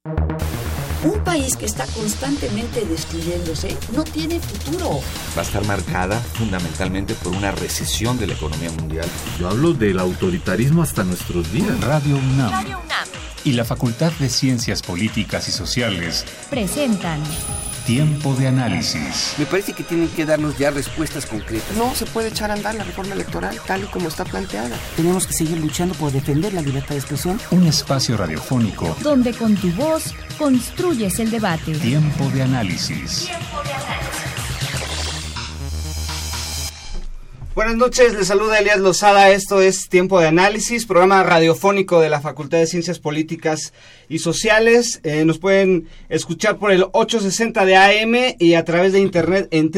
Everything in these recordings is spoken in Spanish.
Un país que está constantemente destruyéndose no tiene futuro. Va a estar marcada fundamentalmente por una recesión de la economía mundial. Yo hablo del autoritarismo hasta nuestros días. Radio UNAM y la Facultad de Ciencias Políticas y Sociales presentan Tiempo de Análisis. Me parece que tienen que darnos ya respuestas concretas. No se puede echar a andar la reforma electoral tal y como está planteada. Tenemos que seguir luchando por defender la libertad de expresión. Un espacio radiofónico donde con tu voz construyes el debate. Tiempo de Análisis. Buenas noches, les saluda Elías Lozada, esto es Tiempo de Análisis, programa radiofónico de la Facultad de Ciencias Políticas y Sociales. Nos pueden escuchar por el 860 de AM y a través de internet en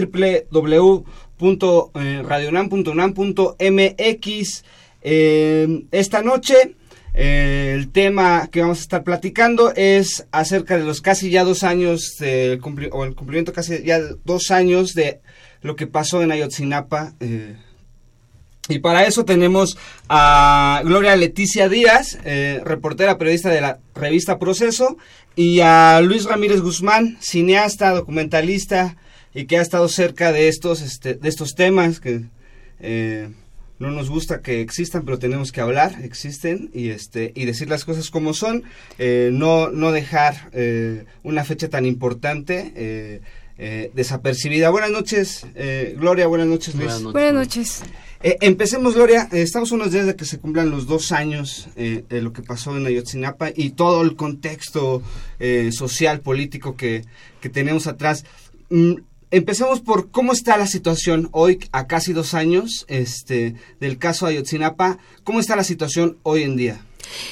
www.radiounam.unam.mx. Esta noche el tema que vamos a estar platicando es acerca de los casi ya 2 años, el cumplimiento casi ya 2 años de lo que pasó en Ayotzinapa. Y para eso tenemos a Gloria Leticia Díaz, reportera periodista de la revista Proceso, y a Luis Ramírez Guzmán, cineasta, documentalista, y que ha estado cerca de estos temas que no nos gusta que existan, pero tenemos que hablar, existen, y decir las cosas como son, no dejar una fecha tan importante desapercibida. Buenas noches, Gloria, buenas noches, Luis. Buenas noches. Empecemos, Gloria. Estamos unos días de que se cumplan los 2 años de lo que pasó en Ayotzinapa y todo el contexto social, político que tenemos atrás. Empecemos por cómo está la situación hoy, a casi 2 años del caso Ayotzinapa. ¿Cómo está la situación hoy en día?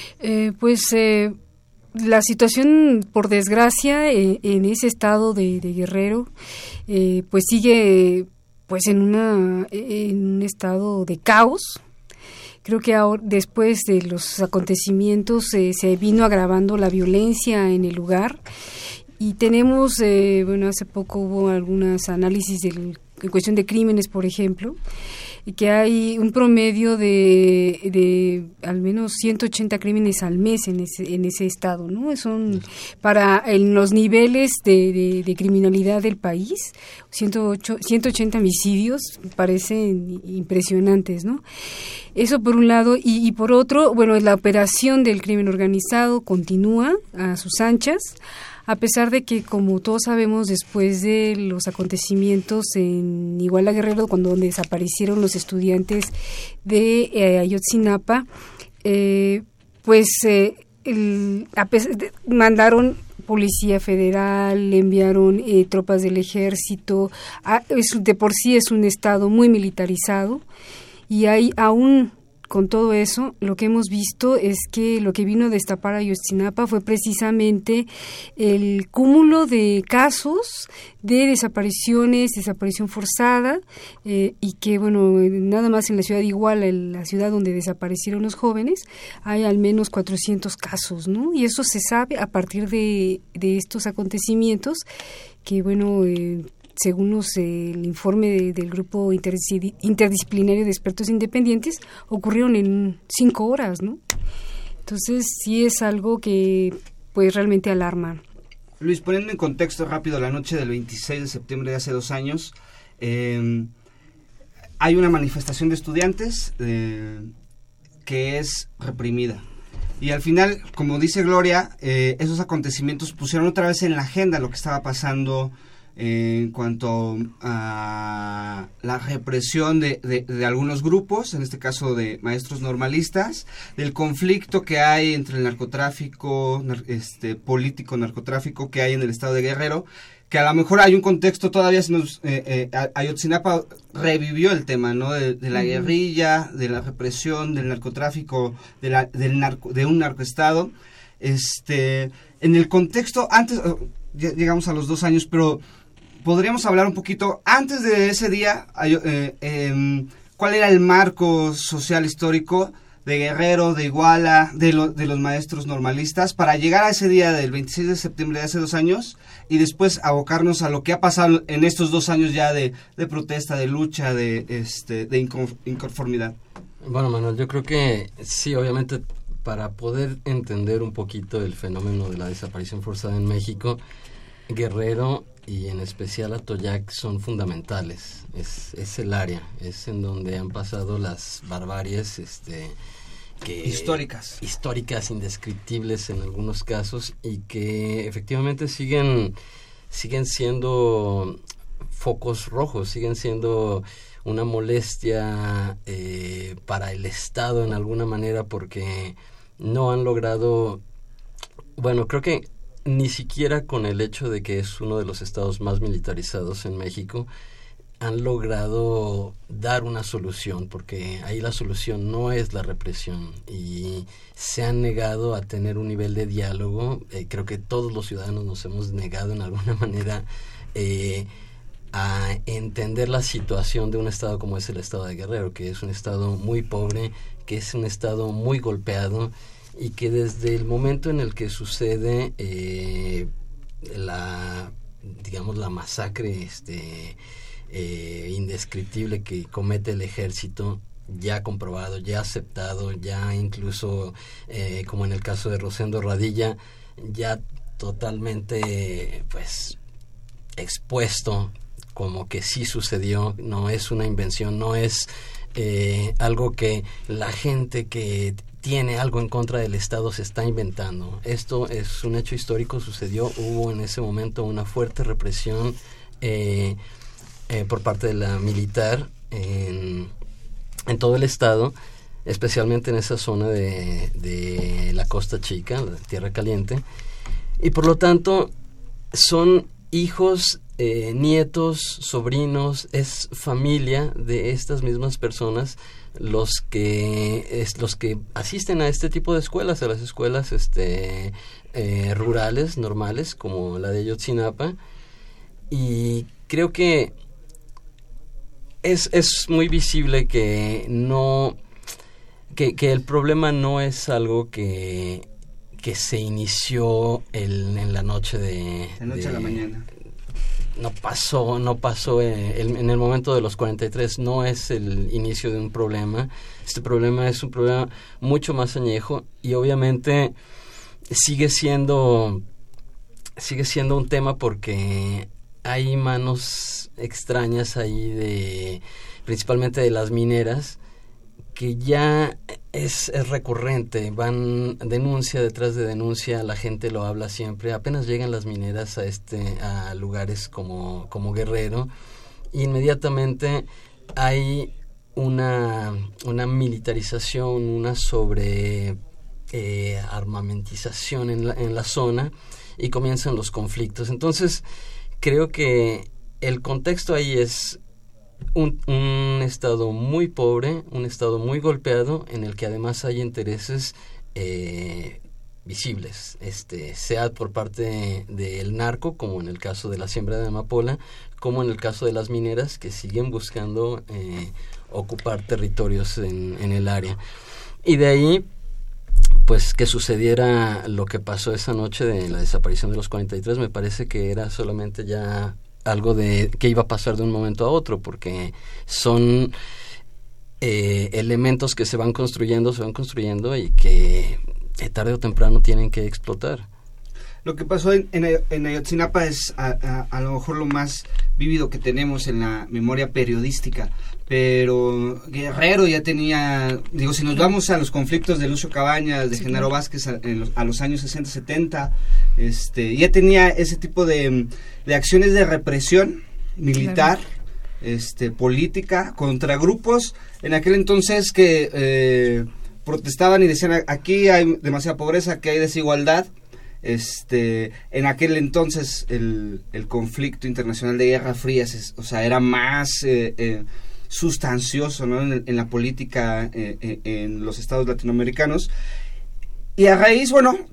La situación, por desgracia, en ese estado de Guerrero, pues sigue en un estado de caos. Creo que ahora, después de los acontecimientos, se vino agravando la violencia en el lugar. Y tenemos, hace poco hubo algunos análisis en cuestión de crímenes, por ejemplo, y que hay un promedio de al menos 180 crímenes al mes en ese estado, ¿no? Son en los niveles de criminalidad del país, 180 homicidios, parecen impresionantes, ¿no? Eso por un lado, y por otro, la operación del crimen organizado continúa a sus anchas, a pesar de que, como todos sabemos, después de los acontecimientos en Iguala Guerrero, donde desaparecieron los estudiantes de Ayotzinapa, mandaron Policía Federal, enviaron tropas del ejército. De por sí es un estado muy militarizado, y hay aún... Con todo eso, lo que hemos visto es que lo que vino a destapar a Ayotzinapa fue precisamente el cúmulo de casos de desaparición forzada, y que, nada más en la ciudad de Iguala, en la ciudad donde desaparecieron los jóvenes, hay al menos 400 casos, ¿no? Y eso se sabe a partir de estos acontecimientos que, según el informe del grupo interdisciplinario de expertos independientes, ocurrieron en 5 horas, ¿no? Entonces sí es algo que realmente alarma. Luis, poniendo en contexto rápido, la noche del 26 de septiembre de hace 2 años, hay una manifestación de estudiantes que es reprimida. Y al final, como dice Gloria, esos acontecimientos pusieron otra vez en la agenda lo que estaba pasando en cuanto a la represión de algunos grupos, en este caso de maestros normalistas, del conflicto que hay entre el narcotráfico, político narcotráfico que hay en el estado de Guerrero, que a lo mejor hay un contexto todavía, Ayotzinapa revivió el tema, ¿no? De la guerrilla, de la represión, del narcotráfico, de un narcoestado. En el contexto, antes, ya llegamos a los 2 años, pero podríamos hablar un poquito, antes de ese día, ¿cuál era el marco social histórico de Guerrero, de Iguala, de los maestros normalistas, para llegar a ese día del 26 de septiembre de hace 2 años, y después abocarnos a lo que ha pasado en estos 2 años ya de protesta, de lucha, de inconformidad? Bueno, Manuel, yo creo que sí, obviamente para poder entender un poquito el fenómeno de la desaparición forzada en México, Guerrero y en especial Atoyac son fundamentales. Es el área, es en donde han pasado las barbaries históricas, indescriptibles en algunos casos, y que efectivamente siguen siendo focos rojos, siguen siendo una molestia para el Estado en alguna manera, porque no han logrado, bueno, creo que ni siquiera con el hecho de que es uno de los estados más militarizados en México, han logrado dar una solución, porque ahí la solución no es la represión, y se han negado a tener un nivel de diálogo. Creo que todos los ciudadanos nos hemos negado en alguna manera a entender la situación de un estado como es el estado de Guerrero, que es un estado muy pobre, que es un estado muy golpeado, y que desde el momento en el que sucede la masacre indescriptible que comete el ejército, ya comprobado, ya aceptado, ya incluso como en el caso de Rosendo Radilla, ya totalmente expuesto como que sí sucedió, no es una invención, no es algo que la gente que tiene algo en contra del Estado se está inventando. Esto es un hecho histórico, sucedió, hubo en ese momento una fuerte represión por parte de la militar en todo el estado, especialmente en esa zona de la Costa Chica, la Tierra Caliente, y por lo tanto son hijos, nietos, sobrinos, es familia de estas mismas personas los que asisten a este tipo de escuelas, a las escuelas rurales, normales, como la de Ayotzinapa, y creo que es muy visible que el problema no es algo que se inició en la noche a la mañana. No pasó en el momento de los 43, no es el inicio de un problema. Este problema es un problema mucho más añejo, y obviamente sigue siendo un tema porque hay manos extrañas ahí principalmente de las mineras, que ya es recurrente, van denuncia detrás de denuncia, la gente lo habla siempre. Apenas llegan las mineras a lugares como Guerrero, inmediatamente hay una militarización, una armamentización en la zona, y comienzan los conflictos. Entonces creo que el contexto ahí es un estado muy pobre, un estado muy golpeado, en el que además hay intereses visibles, sea por parte del narco, como en el caso de la siembra de amapola, como en el caso de las mineras, que siguen buscando ocupar territorios en el área. Y de ahí, pues, que sucediera lo que pasó esa noche de la desaparición de los 43, me parece que era solamente ya algo que iba a pasar de un momento a otro, porque son elementos que se van construyendo y que tarde o temprano tienen que explotar. Lo que pasó en Ayotzinapa es a lo mejor lo más vívido que tenemos en la memoria periodística, pero Guerrero ya tenía, si nos vamos a los conflictos de Lucio Cabañas, de Genaro Vázquez a los años 60-70, ya tenía ese tipo de acciones de represión militar, política, contra grupos en aquel entonces que protestaban y decían: aquí hay demasiada pobreza, aquí hay desigualdad. En aquel entonces el conflicto internacional de Guerra Fría era más sustancioso, ¿no? en la política en los estados latinoamericanos, y a raíz,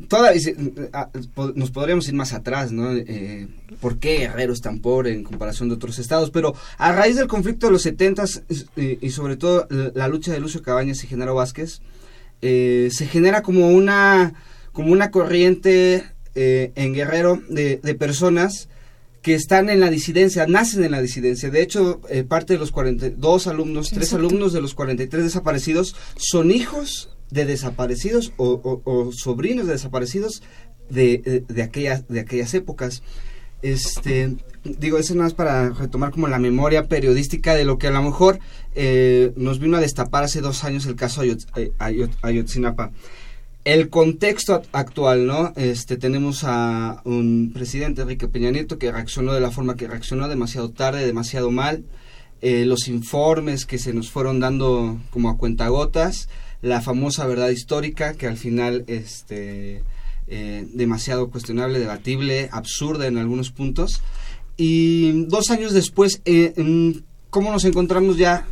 nos podríamos ir más atrás, ¿no? ¿Por qué Guerrero es tan pobre en comparación de otros estados? Pero a raíz del conflicto de los 70s y sobre todo la lucha de Lucio Cabañas y Genaro Vázquez, se genera como una corriente en Guerrero de personas que están en la disidencia, nacen en la disidencia. De hecho, parte de los 42 alumnos, 3 alumnos de los 43 desaparecidos son hijos de desaparecidos o sobrinos de desaparecidos de aquellas épocas. Digo, eso nada más para retomar como la memoria periodística de lo que a lo mejor nos vino a destapar hace 2 años el caso Ayotzinapa. El contexto actual, ¿no? Tenemos a un presidente, Enrique Peña Nieto, que reaccionó de la forma que reaccionó, demasiado tarde, demasiado mal. Los informes que se nos fueron dando como a cuentagotas, la famosa verdad histórica, que al final demasiado cuestionable, debatible, absurda en algunos puntos. Y 2 años después, ¿cómo nos encontramos ya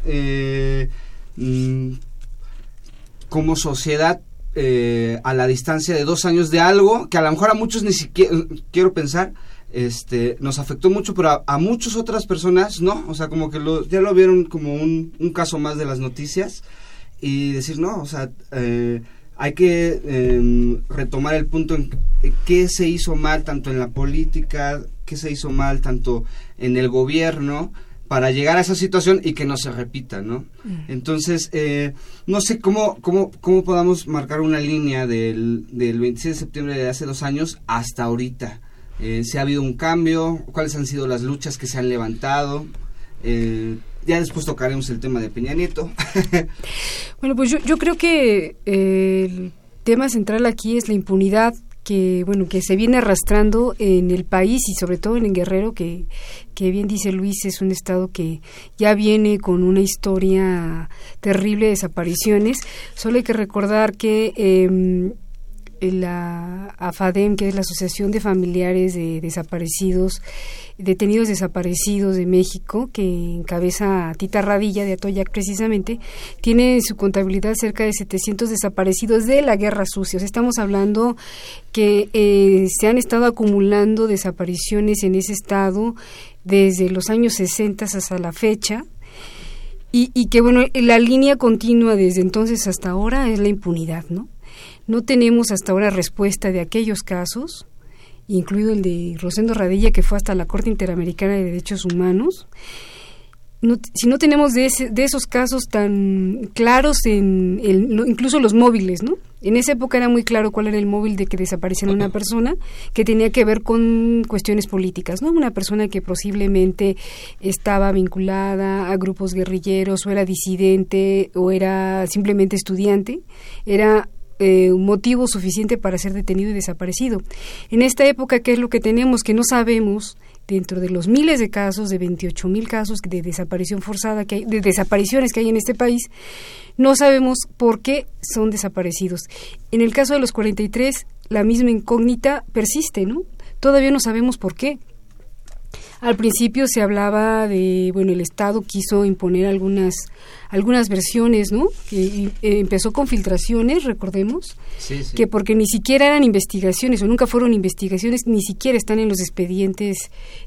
como sociedad a la distancia de 2 años de algo que a lo mejor a muchos ni siquiera, quiero pensar, nos afectó mucho, pero a muchas otras personas no? O sea, como que ya lo vieron como un caso más de las noticias y decir, no, o sea, hay que retomar el punto en qué se hizo mal tanto en la política, qué se hizo mal tanto en el gobierno para llegar a esa situación y que no se repita, ¿no? Entonces, no sé cómo podamos marcar una línea del 26 de septiembre de hace 2 años hasta ahorita. Si ha habido un cambio, cuáles han sido las luchas que se han levantado. Ya después tocaremos el tema de Peña Nieto. Bueno, pues yo creo que el tema central aquí es la impunidad que se viene arrastrando en el país y sobre todo en Guerrero, que bien dice Luis, es un estado que ya viene con una historia terrible de desapariciones. Solo hay que recordar que la AFADEM, que es la Asociación de Familiares de Detenidos Desaparecidos de México, que encabeza Tita Radilla de Atoyac precisamente, tiene en su contabilidad cerca de 700 desaparecidos de la Guerra Sucia. O sea, estamos hablando que se han estado acumulando desapariciones en ese estado desde los años 60 hasta la fecha, y que la línea continua desde entonces hasta ahora es la impunidad, ¿no? No tenemos hasta ahora respuesta de aquellos casos, incluido el de Rosendo Radilla, que fue hasta la Corte Interamericana de Derechos Humanos. Si no tenemos de esos casos tan claros, incluso los móviles, ¿no? En esa época era muy claro cuál era el móvil de que desapareciera una persona, que tenía que ver con cuestiones políticas, ¿no? Una persona que posiblemente estaba vinculada a grupos guerrilleros, o era disidente, o era simplemente estudiante, era un motivo suficiente para ser detenido y desaparecido. En esta época, ¿qué es lo que tenemos? Que no sabemos, dentro de los miles de casos, de 28,000 casos de desaparición forzada de desapariciones que hay en este país, no sabemos por qué son desaparecidos. En el caso de los 43, la misma incógnita persiste, ¿no? Todavía no sabemos por qué. Al principio se hablaba de, el Estado quiso imponer algunas versiones, ¿no? Que empezó con filtraciones, recordemos, sí. Que porque ni siquiera eran investigaciones o nunca fueron investigaciones, ni siquiera están en los expedientes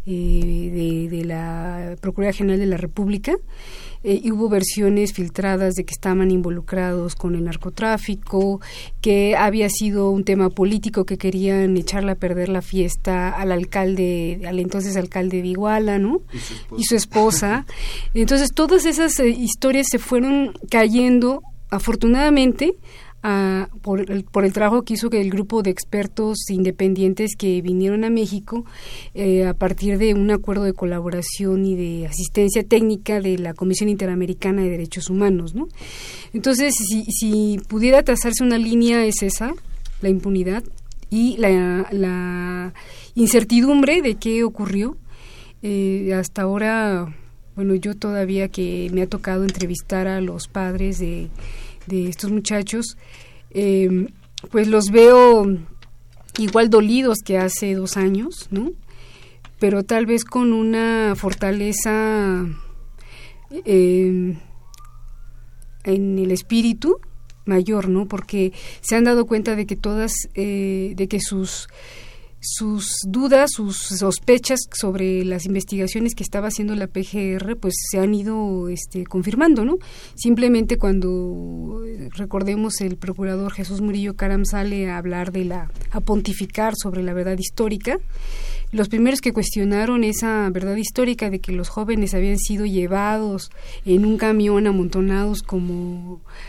de la Procuraduría General de la República. Y hubo versiones filtradas de que estaban involucrados con el narcotráfico, que había sido un tema político, que querían echarle a perder la fiesta al entonces alcalde de Iguala, ¿no? Y su esposa. Entonces todas esas historias se fueron cayendo, afortunadamente, por el trabajo que hizo el grupo de expertos independientes que vinieron a México a partir de un acuerdo de colaboración y de asistencia técnica de la Comisión Interamericana de Derechos Humanos, ¿no? Entonces, si pudiera trazarse una línea, es esa, la impunidad y la incertidumbre de qué ocurrió. Hasta ahora, yo todavía que me ha tocado entrevistar a los padres de estos muchachos, pues los veo igual dolidos que hace 2 años, ¿no? Pero tal vez con una fortaleza en el espíritu mayor, ¿no? Porque se han dado cuenta de que de que sus dudas, sus sospechas sobre las investigaciones que estaba haciendo la PGR, pues se han ido confirmando, ¿no? Simplemente cuando, recordemos, el procurador Jesús Murillo Caram sale a hablar a pontificar sobre la verdad histórica, los primeros que cuestionaron esa verdad histórica de que los jóvenes habían sido llevados en un camión amontonados como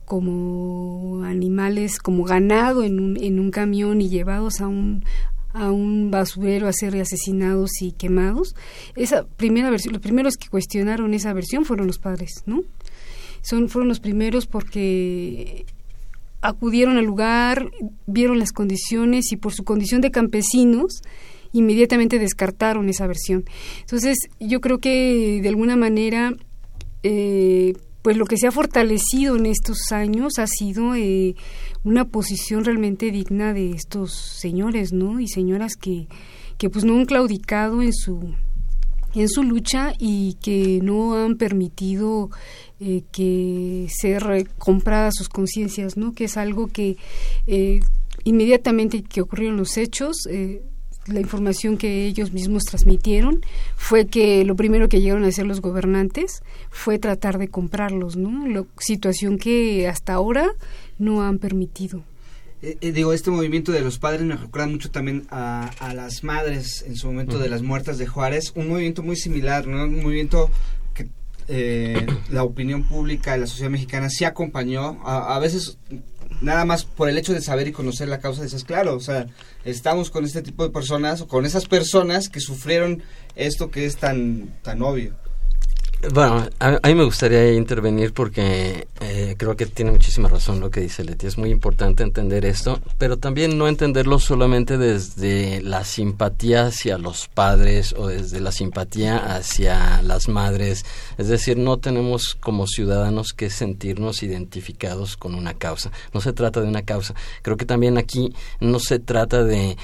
como animales, como ganado en un camión y llevados a un basurero a ser asesinados y quemados. Esa primera versión, los primeros que cuestionaron esa versión fueron los padres, ¿no? Fueron los primeros porque acudieron al lugar, vieron las condiciones y por su condición de campesinos inmediatamente descartaron esa versión. Entonces, yo creo que de alguna manera pues lo que se ha fortalecido en estos años ha sido una posición realmente digna de estos señores, ¿no? Y señoras que pues no han claudicado en su lucha y que no han permitido que ser compradas sus conciencias, ¿no? Que es algo que inmediatamente que ocurrieron los hechos, la información que ellos mismos transmitieron fue que lo primero que llegaron a hacer los gobernantes fue tratar de comprarlos, ¿no? Situación que hasta ahora no han permitido. Este movimiento de los padres me recuerda mucho también a las madres en su momento de las muertas de Juárez, un movimiento muy similar, ¿no? Un movimiento que la opinión pública de la sociedad mexicana sí acompañó, a veces nada más por el hecho de saber y conocer la causa, dices, claro, o sea, estamos con este tipo de personas o con esas personas que sufrieron esto que es tan obvio. Bueno, a mí me gustaría intervenir porque creo que tiene muchísima razón lo que dice Leti. Es muy importante entender esto, pero también no entenderlo solamente desde la simpatía hacia los padres o desde la simpatía hacia las madres. Es decir, no tenemos como ciudadanos que sentirnos identificados con una causa. No se trata de una causa. Creo que también aquí no se trata de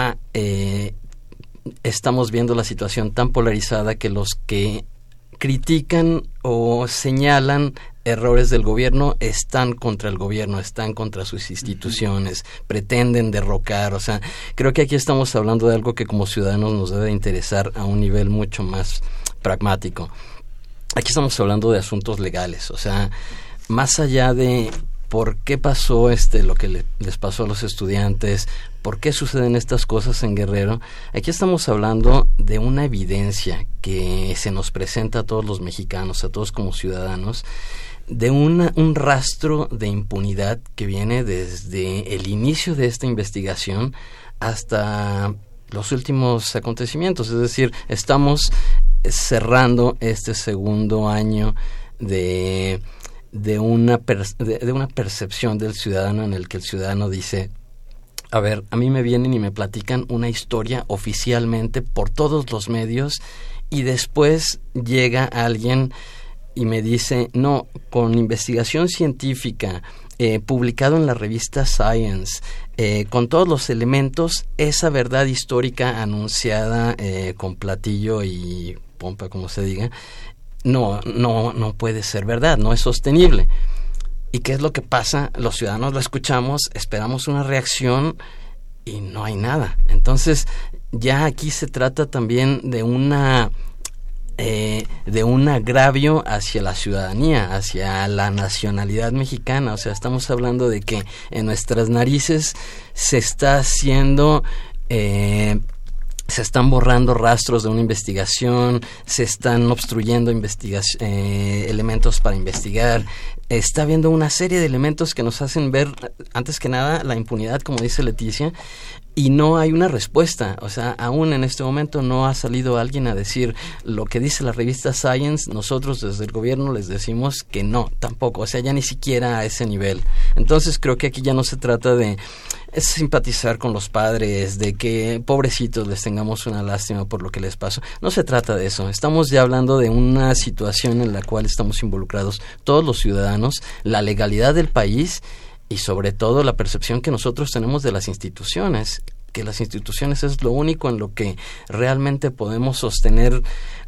estamos viendo la situación tan polarizada que los que critican o señalan errores del gobierno están contra el gobierno, están contra sus instituciones, pretenden derrocar. O sea, creo que aquí estamos hablando de algo que como ciudadanos nos debe interesar a un nivel mucho más pragmático. Aquí estamos hablando de asuntos legales, o sea, más allá de por qué pasó lo que les pasó a los estudiantes, por qué suceden estas cosas en Guerrero. Aquí estamos hablando de una evidencia que se nos presenta a todos los mexicanos, a todos como ciudadanos, de un rastro de impunidad que viene desde el inicio de esta investigación hasta los últimos acontecimientos. Es decir, estamos cerrando este segundo año de una percepción del ciudadano en el que el ciudadano dice, a ver, a mí me vienen y me platican una historia oficialmente por todos los medios y después llega alguien y me dice, no, con investigación científica, publicado en la revista Science, con todos los elementos, esa verdad histórica anunciada con platillo y pompa, como se diga, no puede ser verdad, no es sostenible. ¿Y qué es lo que pasa? Los ciudadanos lo escuchamos, esperamos una reacción y no hay nada. Entonces, ya aquí se trata también de un agravio hacia la ciudadanía, hacia la nacionalidad mexicana. O sea, estamos hablando de que en nuestras narices se está haciendo... se están borrando rastros de una investigación, se están obstruyendo elementos para investigar. Está habiendo una serie de elementos que nos hacen ver, antes que nada, la impunidad, como dice Leticia, y no hay una respuesta. O sea, aún en este momento no ha salido alguien a decir lo que dice la revista Science. Nosotros desde el gobierno les decimos que no, tampoco. O sea, ya ni siquiera a ese nivel. Entonces creo que aquí ya no se trata de simpatizar con los padres, de que pobrecitos les tengamos una lástima por lo que les pasó. No se trata de eso. Estamos ya hablando de una situación en la cual estamos involucrados todos los ciudadanos, la legalidad del país y sobre todo la percepción que nosotros tenemos de las instituciones, que las instituciones es lo único en lo que realmente podemos sostener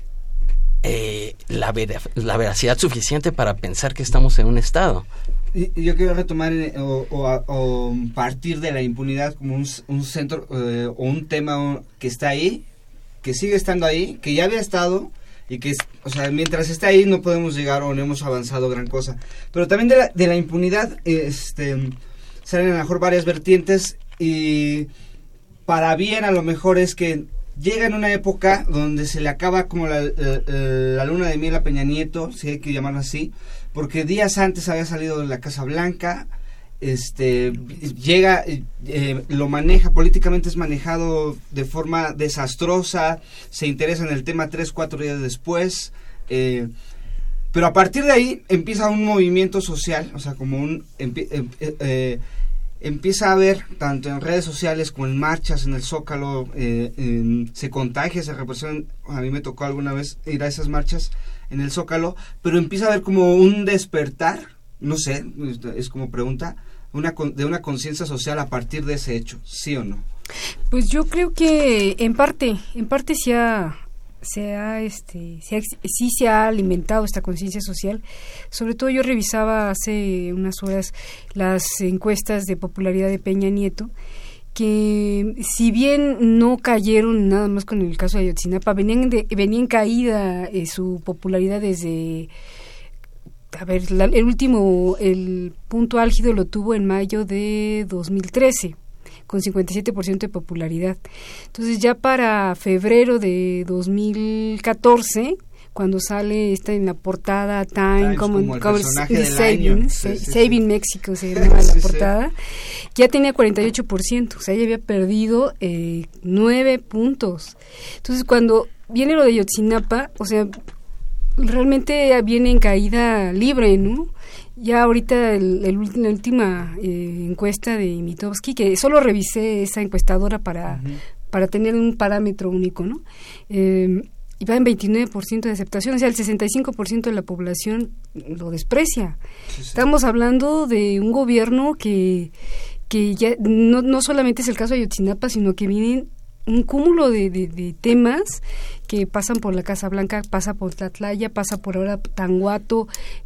la veracidad suficiente para pensar que estamos en un estado. Yo quiero retomar o partir de la impunidad como un centro o un tema que está ahí, que sigue estando ahí, que ya había estado y que, o sea, mientras está ahí no podemos llegar o no hemos avanzado gran cosa. Pero también de la impunidad salen a lo mejor varias vertientes y para bien a lo mejor es que llega en una época donde se le acaba como la luna de miel a Peña Nieto, si hay que llamarlo así, porque días antes había salido de la Casa Blanca, llega, lo maneja, políticamente es manejado de forma desastrosa, se interesa en el tema 3-4 días después, pero a partir de ahí empieza un movimiento social, o sea, como empieza a haber, tanto en redes sociales como en marchas en el Zócalo, se contagia, se represiona. A mí me tocó alguna vez ir a esas marchas en el Zócalo, pero empieza a haber como un despertar, no sé, es como pregunta, de una conciencia social a partir de ese hecho, ¿sí o no? Pues yo creo que en parte sí se ha alimentado esta conciencia social. Sobre todo yo revisaba hace unas horas las encuestas de popularidad de Peña Nieto, que si bien no cayeron nada más con el caso de Ayotzinapa, venía en caída su popularidad desde... A ver, el punto álgido lo tuvo en mayo de 2013, con 57% de popularidad. Entonces ya para febrero de 2014, cuando sale en la portada Time como el personaje del año. Saving Mexico se llama la portada, ya tenía 48%, o sea, ya había perdido 9 puntos. Entonces cuando viene lo de Ayotzinapa, o sea, realmente viene en caída libre, ¿no? Ya ahorita la última encuesta de Mitofsky, que solo revisé esa encuestadora para tener un parámetro único, ¿no? Y va en 29% de aceptación, o sea, el 65% de la población lo desprecia. Sí. Estamos hablando de un gobierno que ya no solamente es el caso de Ayotzinapa, sino que vienen un cúmulo de temas que pasan por la Casa Blanca, pasa por Tlatlaya, pasa por ahora Tanguato,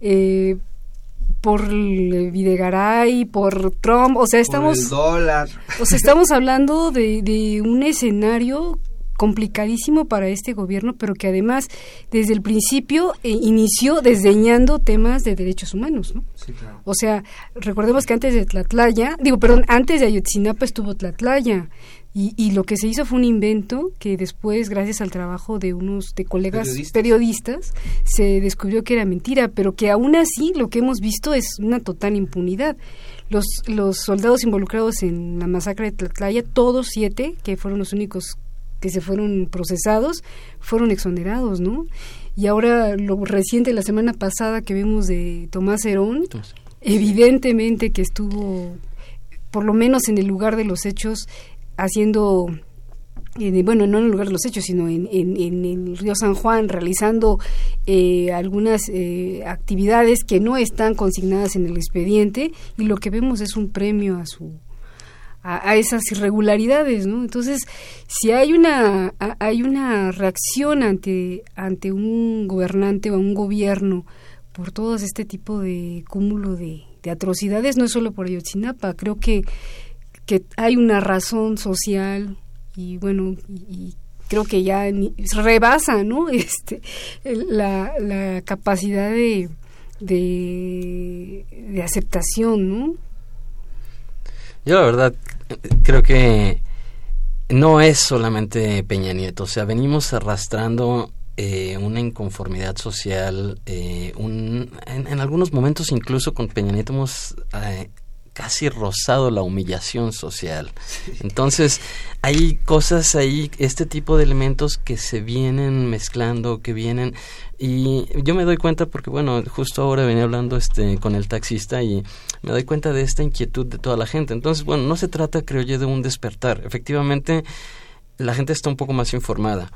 por Videgaray, por Trump, o sea, estamos... Por el dólar. O sea, estamos hablando de un escenario complicadísimo para este gobierno, pero que además desde el principio inició desdeñando temas de derechos humanos, ¿no? Sí, claro. O sea, recordemos que antes de antes de Ayotzinapa estuvo Tlatlaya, y lo que se hizo fue un invento que después, gracias al trabajo de colegas periodistas, se descubrió que era mentira, pero que aún así lo que hemos visto es una total impunidad. Los soldados involucrados en la masacre de Tlatlaya, todos 7, que fueron los únicos que se fueron procesados, fueron exonerados, ¿no? Y ahora lo reciente, la semana pasada que vimos de Tomás Herón, evidentemente que estuvo, por lo menos en el lugar de los hechos, haciendo, no en el lugar de los hechos, sino en el río San Juan, realizando algunas actividades que no están consignadas en el expediente, y lo que vemos es un premio a esas irregularidades, ¿no? Entonces, si hay una reacción ante un gobernante o un gobierno por todo este tipo de cúmulo de atrocidades, no es solo por Ayotzinapa, creo que hay una razón social y creo que ya rebasa, ¿no? La capacidad de aceptación, ¿no? Yo la verdad creo que no es solamente Peña Nieto, o sea, venimos arrastrando una inconformidad social, en algunos momentos incluso con Peña Nieto hemos casi rozado la humillación social. Entonces hay cosas ahí, este tipo de elementos que se vienen mezclando, y yo me doy cuenta porque justo ahora venía hablando con el taxista y me doy cuenta de esta inquietud de toda la gente. Entonces no se trata, creo yo, de un despertar. Efectivamente la gente está un poco más informada,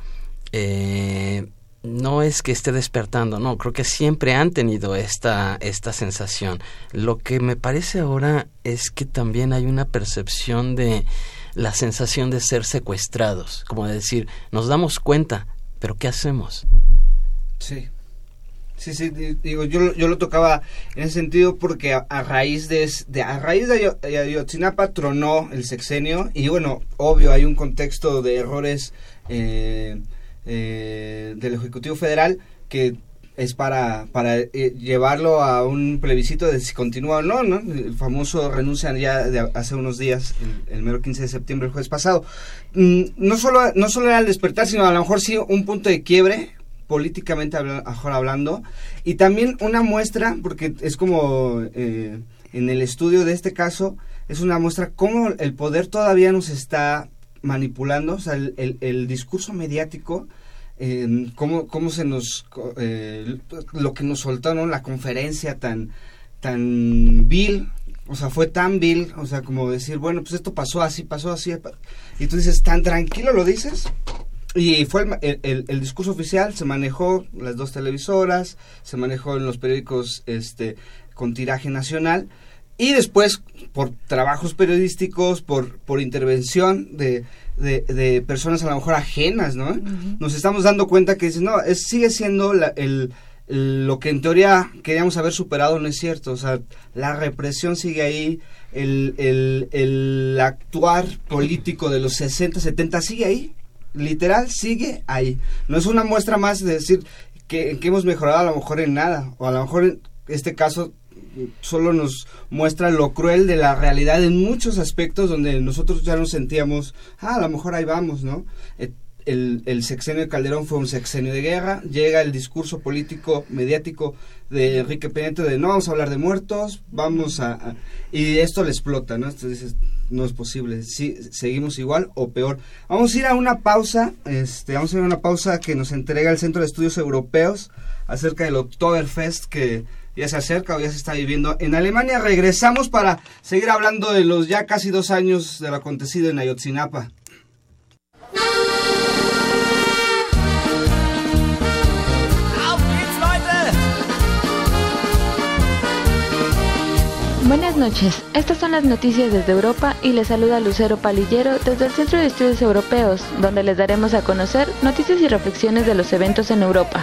no es que esté despertando, no, creo que siempre han tenido esta sensación. Lo que me parece ahora es que también hay una percepción de la sensación de ser secuestrados, como de decir, nos damos cuenta, pero ¿qué hacemos? Sí, digo, yo lo tocaba en ese sentido porque a raíz de Ayotzinapa tronó el sexenio y obvio hay un contexto de errores del Ejecutivo Federal que es para llevarlo a un plebiscito de si continúa o no, ¿no? El famoso renuncia ya de hace unos días, el mero 15 de septiembre, el jueves pasado. No solo era el despertar, sino a lo mejor sí un punto de quiebre políticamente hablando, y también una muestra, porque es como en el estudio de este caso, es una muestra cómo el poder todavía nos está manipulando, o sea, el discurso mediático, cómo se nos, lo que nos soltó, ¿no? La conferencia tan vil, o sea, fue tan vil, o sea, como decir, bueno, pues esto pasó así, y tú dices, tan tranquilo lo dices. Y fue el discurso oficial, se manejó las 2 televisoras, se manejó en los periódicos con tiraje nacional, y después por trabajos periodísticos, por intervención de personas a lo mejor ajenas, ¿no? Uh-huh. Nos estamos dando cuenta que no, sigue siendo lo que en teoría queríamos haber superado, no es cierto. O sea, la represión sigue ahí, el actuar político de los 60, 70 sigue ahí, literal sigue ahí. No es una muestra más de decir que hemos mejorado a lo mejor en nada, o a lo mejor en este caso solo nos muestra lo cruel de la realidad en muchos aspectos donde nosotros ya nos sentíamos, a lo mejor ahí vamos, ¿no? El sexenio de Calderón fue un sexenio de guerra, llega el discurso político mediático de Enrique Peña Nieto de no vamos a hablar de muertos, vamos y esto le explota, ¿no? Entonces dices, no es posible, sí, seguimos igual o peor. Vamos a ir a una pausa, que nos entrega el Centro de Estudios Europeos acerca del Oktoberfest que ya se acerca o ya se está viviendo en Alemania. Regresamos para seguir hablando de los ya casi 2 años de lo acontecido en Ayotzinapa. Buenas noches, estas son las noticias desde Europa y les saluda Lucero Palillero desde el Centro de Estudios Europeos, donde les daremos a conocer noticias y reflexiones de los eventos en Europa.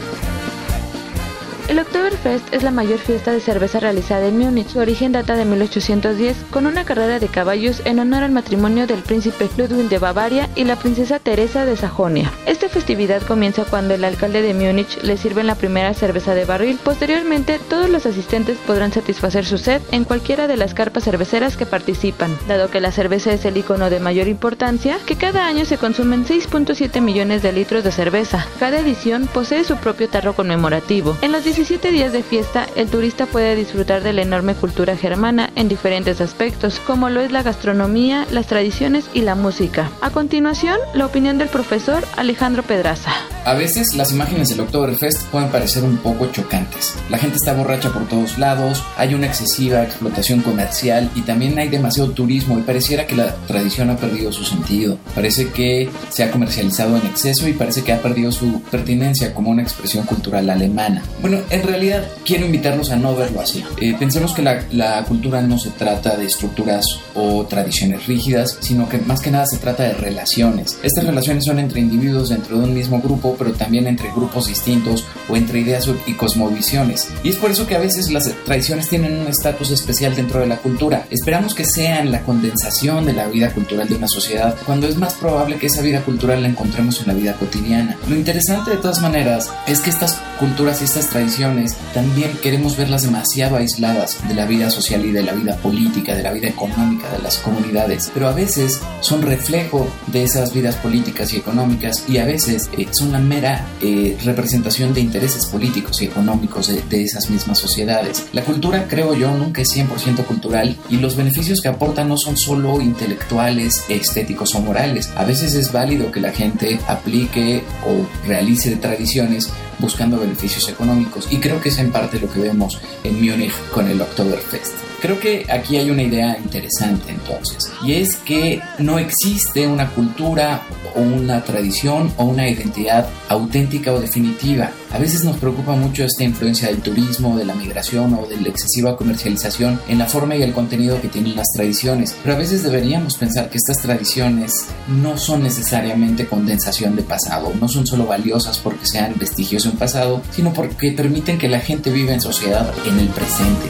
El Oktoberfest es la mayor fiesta de cerveza realizada en Múnich. Su origen data de 1810 con una carrera de caballos en honor al matrimonio del príncipe Ludwig de Bavaria y la princesa Teresa de Sajonia. Esta festividad comienza cuando el alcalde de Múnich le sirve la primera cerveza de barril. Posteriormente, todos los asistentes podrán satisfacer su sed en cualquiera de las carpas cerveceras que participan. Dado que la cerveza es el icono de mayor importancia, que cada año se consumen 6.7 millones de litros de cerveza. Cada edición posee su propio tarro conmemorativo. En los 17 días de fiesta, el turista puede disfrutar de la enorme cultura germana en diferentes aspectos, como lo es la gastronomía, las tradiciones y la música. A continuación, la opinión del profesor Alejandro Pedraza. A veces las imágenes del Oktoberfest pueden parecer un poco chocantes. La gente está borracha por todos lados, hay una excesiva explotación comercial y también hay demasiado turismo y pareciera que la tradición ha perdido su sentido. Parece que se ha comercializado en exceso y parece que ha perdido su pertinencia como una expresión cultural alemana. Bueno, en realidad quiero invitarlos a no verlo así. Pensemos que la cultura no se trata de estructuras o tradiciones rígidas, sino que más que nada se trata de relaciones. Estas relaciones son entre individuos dentro de un mismo grupo, pero también entre grupos distintos o entre ideas y cosmovisiones. Y es por eso que a veces las tradiciones tienen un estatus especial dentro de la cultura. Esperamos que sean la condensación de la vida cultural de una sociedad, cuando es más probable que esa vida cultural la encontremos en la vida cotidiana. Lo interesante de todas maneras es que estas culturas y estas tradiciones también queremos verlas demasiado aisladas de la vida social y de la vida política, de la vida económica de las comunidades, pero a veces son reflejo de esas vidas políticas y económicas y a veces son la mera representación de intereses políticos y económicos de esas mismas sociedades. La cultura, creo yo, nunca es 100% cultural y los beneficios que aporta no son solo intelectuales, estéticos o morales. A veces es válido que la gente aplique o realice tradiciones buscando beneficios económicos y creo que es en parte lo que vemos en Múnich con el Oktoberfest. Creo que aquí hay una idea interesante entonces, y es que no existe una cultura o una tradición o una identidad auténtica o definitiva. A veces nos preocupa mucho esta influencia del turismo, de la migración o de la excesiva comercialización en la forma y el contenido que tienen las tradiciones, pero a veces deberíamos pensar que estas tradiciones no son necesariamente condensación de pasado, no son solo valiosas porque sean vestigios de un pasado, sino porque permiten que la gente viva en sociedad en el presente.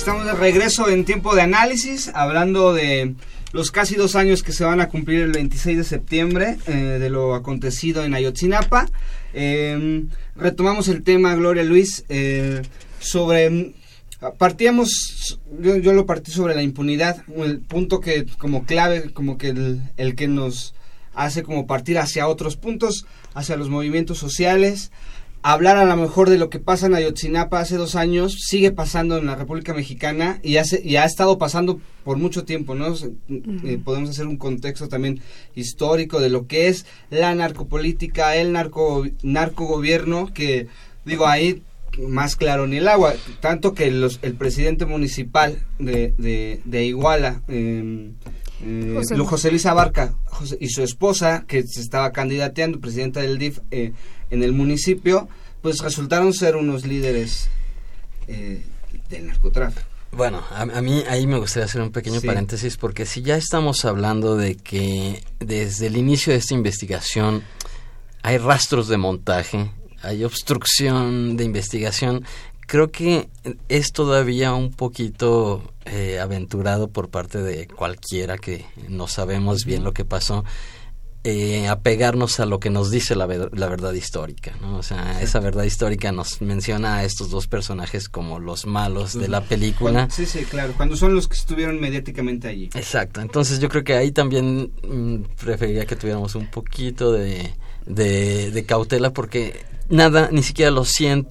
Estamos de regreso en Tiempo de Análisis, hablando de los casi 2 años que se van a cumplir el 26 de septiembre, de lo acontecido en Ayotzinapa. Retomamos el tema, Gloria Luis, sobre... Partíamos, yo lo partí sobre la impunidad, el punto que como clave, como que el que nos hace como partir hacia otros puntos, hacia los movimientos sociales, hablar a lo mejor de lo que pasa en Ayotzinapa hace 2 años, sigue pasando en la República Mexicana y ha estado pasando por mucho tiempo, ¿no? Podemos hacer un contexto también histórico de lo que es la narcopolítica, el narcogobierno, que digo ahí más claro ni el agua, tanto que el presidente municipal de Iguala, José Luis Abarca, y su esposa, que se estaba candidateando, presidenta del DIF en el municipio, pues resultaron ser unos líderes del narcotráfico. Bueno, a mí ahí me gustaría hacer un pequeño paréntesis, porque si ya estamos hablando de que desde el inicio de esta investigación hay rastros de montaje, hay obstrucción de investigación, creo que es todavía un poquito aventurado por parte de cualquiera que no sabemos bien lo que pasó, apegarnos a lo que nos dice la verdad histórica, ¿no? O sea, esa verdad histórica nos menciona a estos 2 personajes como los malos de la película. Sí, claro, cuando son los que estuvieron mediáticamente allí. Exacto, entonces yo creo que ahí también preferiría que tuviéramos un poquito de cautela, porque ni siquiera los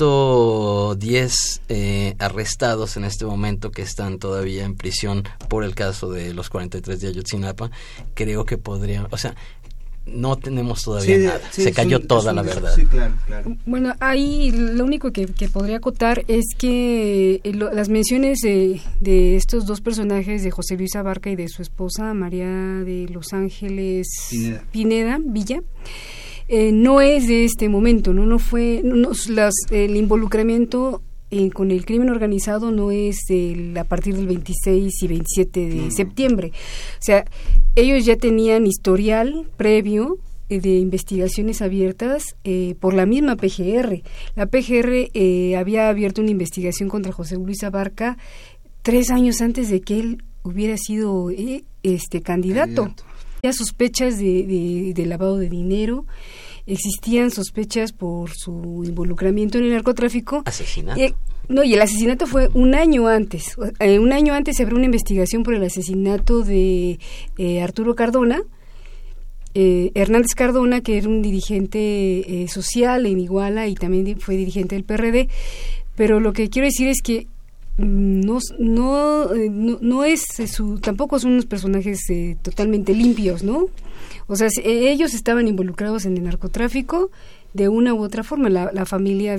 110 arrestados en este momento que están todavía en prisión por el caso de los 43 de Ayotzinapa, creo que podrían, o sea, no tenemos todavía nada, se cayó toda la verdad. Sí, claro. Bueno, ahí lo único que podría acotar es que las menciones de estos 2 personajes, de José Luis Abarca y de su esposa María de Los Ángeles Pineda Villa, no es de este momento, no fue el involucramiento con el crimen organizado no es a partir del 26 y 27 de septiembre. O sea, ellos ya tenían historial previo de investigaciones abiertas por la misma PGR. La PGR había abierto una investigación contra José Luis Abarca 3 años antes de que él hubiera sido candidato. Había sospechas de lavado de dinero, existían sospechas por su involucramiento en el narcotráfico. Asesinato. Y el asesinato fue 1 año antes. 1 año antes se abrió una investigación por el asesinato de Arturo Cardona, Hernández Cardona, que era un dirigente social en Iguala y también fue dirigente del PRD. Pero lo que quiero decir es que tampoco son unos personajes totalmente limpios, ¿no? O sea, ellos estaban involucrados en el narcotráfico de una u otra forma. La familia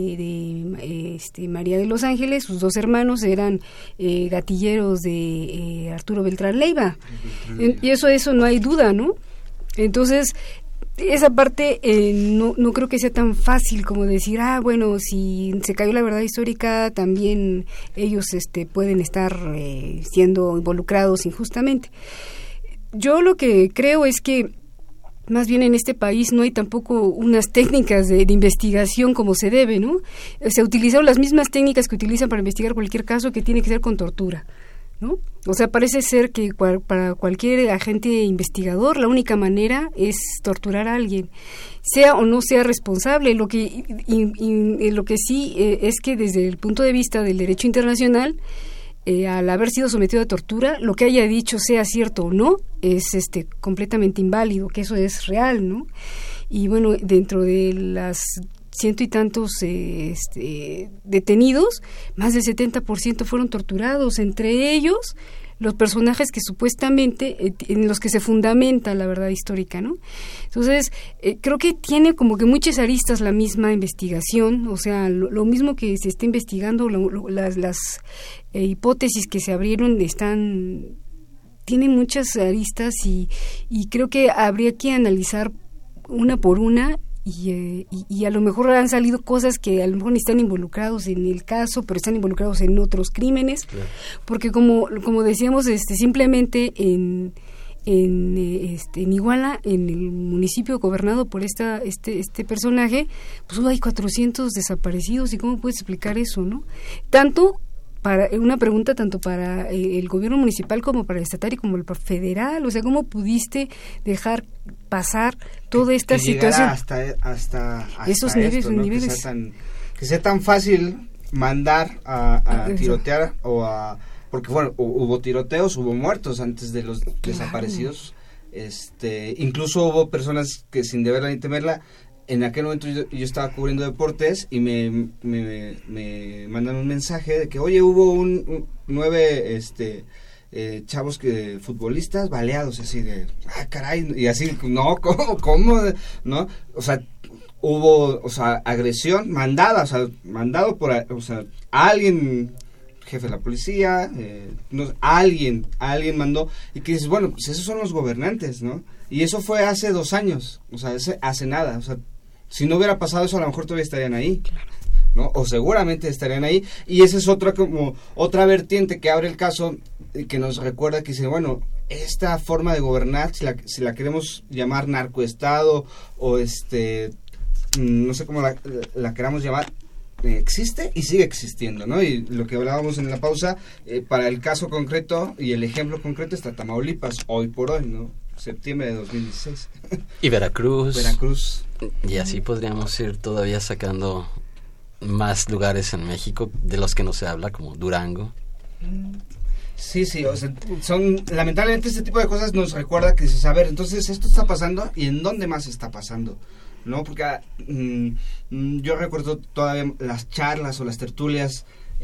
de María de Los Ángeles, sus 2 hermanos eran gatilleros de Arturo Beltrán Leiva, y eso no hay duda, ¿no? Entonces, esa parte no creo que sea tan fácil como decir, bueno, si se cayó la verdad histórica, también ellos pueden estar siendo involucrados injustamente. Yo lo que creo es que más bien en este país no hay tampoco unas técnicas de investigación como se debe, ¿no? Se utilizaron las mismas técnicas que utilizan para investigar cualquier caso, que tiene que ser con tortura, ¿no? O sea, parece ser que para cualquier agente investigador la única manera es torturar a alguien, sea o no sea responsable. Lo que sí es que desde el punto de vista del derecho internacional, al haber sido sometido a tortura, lo que haya dicho, sea cierto o no, es completamente inválido, que eso es real, ¿no? Y bueno, dentro de las 100 y tantos detenidos, más del 70% fueron torturados, entre ellos los personajes que supuestamente en los que se fundamenta la verdad histórica, ¿no? Entonces, creo que tiene como que muchas aristas la misma investigación, o sea, lo mismo que se está investigando, las hipótesis que se abrieron tienen muchas aristas y creo que habría que analizar una por una. Y a lo mejor han salido cosas que a lo mejor ni están involucrados en el caso, pero están involucrados en otros crímenes, claro. Porque como decíamos, simplemente en Iguala, en el municipio gobernado por este personaje, pues hay 400 desaparecidos. ¿Y cómo puedes explicar eso, no? Tanto una pregunta tanto para el gobierno municipal como para el estatal y como el federal, o sea, ¿cómo pudiste dejar pasar toda esta situación hasta esos esto, niveles, ¿no? Que sea tan fácil mandar a tirotear porque bueno, hubo tiroteos, hubo muertos antes de los desaparecidos, incluso hubo personas que sin deberla ni temerla. En aquel momento yo estaba cubriendo deportes y me mandan un mensaje de que, oye, hubo 9 chavos futbolistas baleados, así de, caray, y así, no, ¿cómo? ¿No? O sea, hubo, agresión mandado por, alguien, jefe de la policía, alguien mandó, y que dices, bueno, pues esos son los gobernantes, ¿no? Y eso fue hace 2 años, hace nada, si no hubiera pasado eso, a lo mejor todavía estarían ahí, ¿no? O seguramente estarían ahí, y esa es otra vertiente que abre el caso, que nos recuerda que dice, bueno, esta forma de gobernar, si la queremos llamar narcoestado, o no sé cómo la queramos llamar, existe y sigue existiendo, ¿no? Y lo que hablábamos en la pausa, para el caso concreto y el ejemplo concreto está Tamaulipas, hoy por hoy, ¿no? Septiembre de 2016. Y Veracruz. Y así podríamos ir todavía sacando más lugares en México de los que no se habla, como Durango. Sí, lamentablemente este tipo de cosas nos recuerda que dices, a ver, entonces esto está pasando, ¿y en dónde más está pasando? ¿No? Porque yo recuerdo todavía las charlas o las tertulias